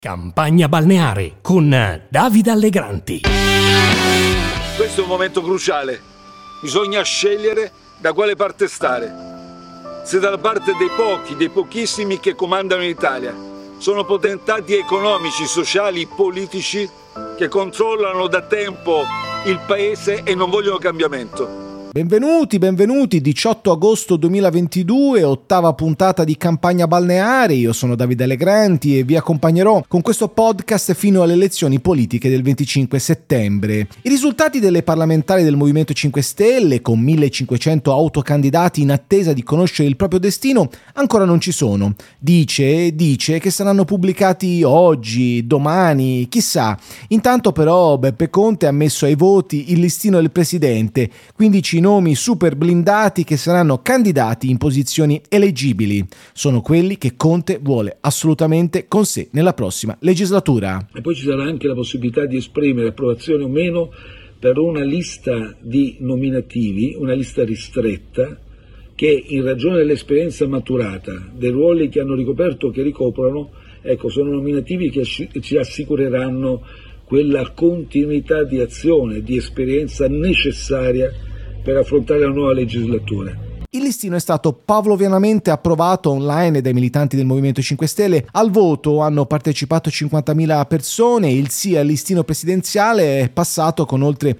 Campagna balneare con Davide Allegranti. Questo è un momento cruciale. Bisogna scegliere da quale parte stare. Se dalla parte dei pochi, dei pochissimi che comandano l'Italia. Sono potentati economici, sociali, politici che controllano da tempo il paese e non vogliono cambiamento. Benvenuti, 18 agosto 2022, ottava puntata di Campagna balneare. Io sono Davide Allegranti e vi accompagnerò con questo podcast fino alle elezioni politiche del 25 settembre. I risultati delle parlamentari del Movimento 5 Stelle, con 1500 autocandidati in attesa di conoscere il proprio destino, ancora non ci sono. Dice che saranno pubblicati oggi, domani, chissà. Intanto però Beppe Conte ha messo ai voti il listino del presidente, 15 nomi super blindati che saranno candidati in posizioni eleggibili. Sono quelli che Conte vuole assolutamente con sé nella prossima legislatura. E poi ci sarà anche la possibilità di esprimere approvazione o meno per una lista di nominativi, una lista ristretta, che in ragione dell'esperienza maturata, dei ruoli che hanno ricoperto o che ricoprono, sono nominativi che ci assicureranno quella continuità di azione, di esperienza necessaria per affrontare la nuova legislatura. Il listino è stato pavlovianamente approvato online dai militanti del Movimento 5 Stelle. Al voto hanno partecipato 50.000 persone, il sì al listino presidenziale è passato con oltre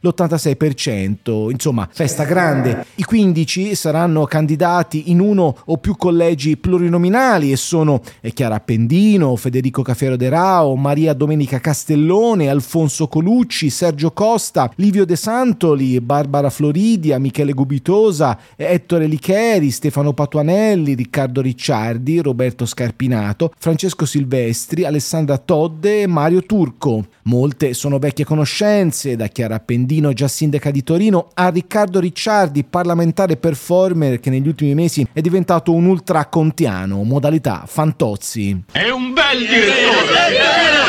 l'86%. Insomma, festa grande. I 15 saranno candidati in uno o più collegi plurinominali e sono Chiara Appendino, Federico Cafiero De Rao, Maria Domenica Castellone, Alfonso Colucci, Sergio Costa, Livio De Santoli, Barbara Floridia, Michele Gubitosa, Ettore Licheri, Stefano Patuanelli, Riccardo Ricciardi, Roberto Scarpinato, Francesco Silvestri, Alessandra Todde e Mario Turco. Molte sono vecchie conoscenze, da Chiara Appendino, già sindaca di Torino, a Riccardo Ricciardi, parlamentare performer che negli ultimi mesi è diventato un ultracontiano, modalità Fantozzi. È un bel direttore!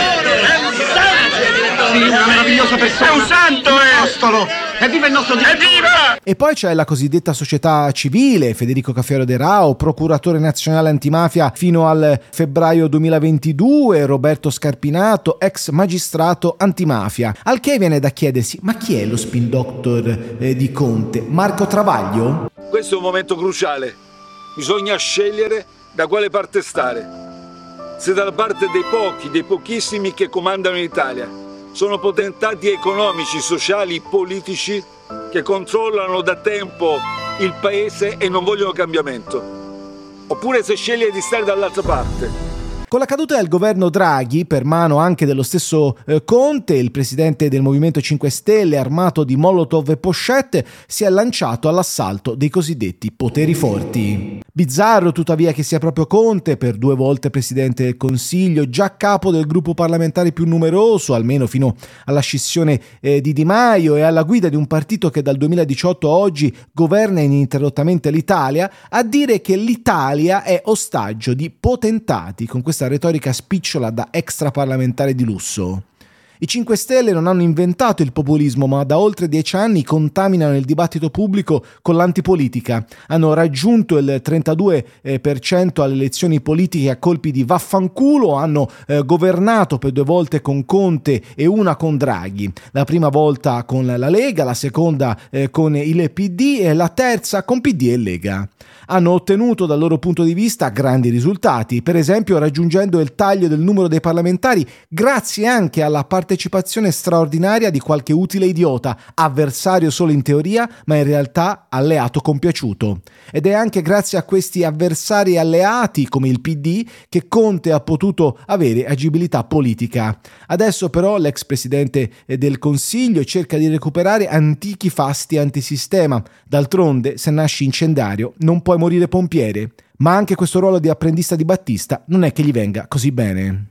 Sì, una meravigliosa persona! È un santo! Apostolo! Evviva il nostro direttore! Evviva! E poi c'è la cosiddetta società civile, Federico Cafiero De Rao, procuratore nazionale antimafia fino al febbraio 2022, Roberto Scarpinato, ex magistrato antimafia. Al che viene da chiedersi, ma chi è lo spin doctor di Conte? Marco Travaglio? Questo è un momento cruciale. Bisogna scegliere da quale parte stare. Se dalla parte dei pochi, dei pochissimi che comandano l'Italia. Sono potentati economici, sociali, politici che controllano da tempo il paese e non vogliono cambiamento. Oppure se sceglie di stare dall'altra parte. Con la caduta del governo Draghi, per mano anche dello stesso Conte, il presidente del Movimento 5 Stelle, armato di Molotov e pochette, si è lanciato all'assalto dei cosiddetti poteri forti. Bizzarro tuttavia che sia proprio Conte, per 2 volte presidente del Consiglio, già capo del gruppo parlamentare più numeroso, almeno fino alla scissione di Di Maio, e alla guida di un partito che dal 2018 a oggi governa ininterrottamente l'Italia, a dire che l'Italia è ostaggio di potentati, con questa retorica spicciola da extraparlamentare di lusso. I 5 Stelle non hanno inventato il populismo, ma da oltre 10 anni contaminano il dibattito pubblico con l'antipolitica. Hanno raggiunto il 32% alle elezioni politiche a colpi di vaffanculo, hanno governato per 2 volte con Conte e una con Draghi. La prima volta con la Lega, la seconda con il PD e la terza con PD e Lega. Hanno ottenuto dal loro punto di vista grandi risultati, per esempio raggiungendo il taglio del numero dei parlamentari grazie anche alla partecipazione straordinaria di qualche utile idiota, avversario solo in teoria ma in realtà alleato compiaciuto. Ed è anche grazie a questi avversari alleati come il PD che Conte ha potuto avere agibilità politica. Adesso però l'ex presidente del Consiglio cerca di recuperare antichi fasti antisistema. D'altronde, se nasci incendiario non puoi morire pompiere, ma anche questo ruolo di apprendista di Battista non è che gli venga così bene.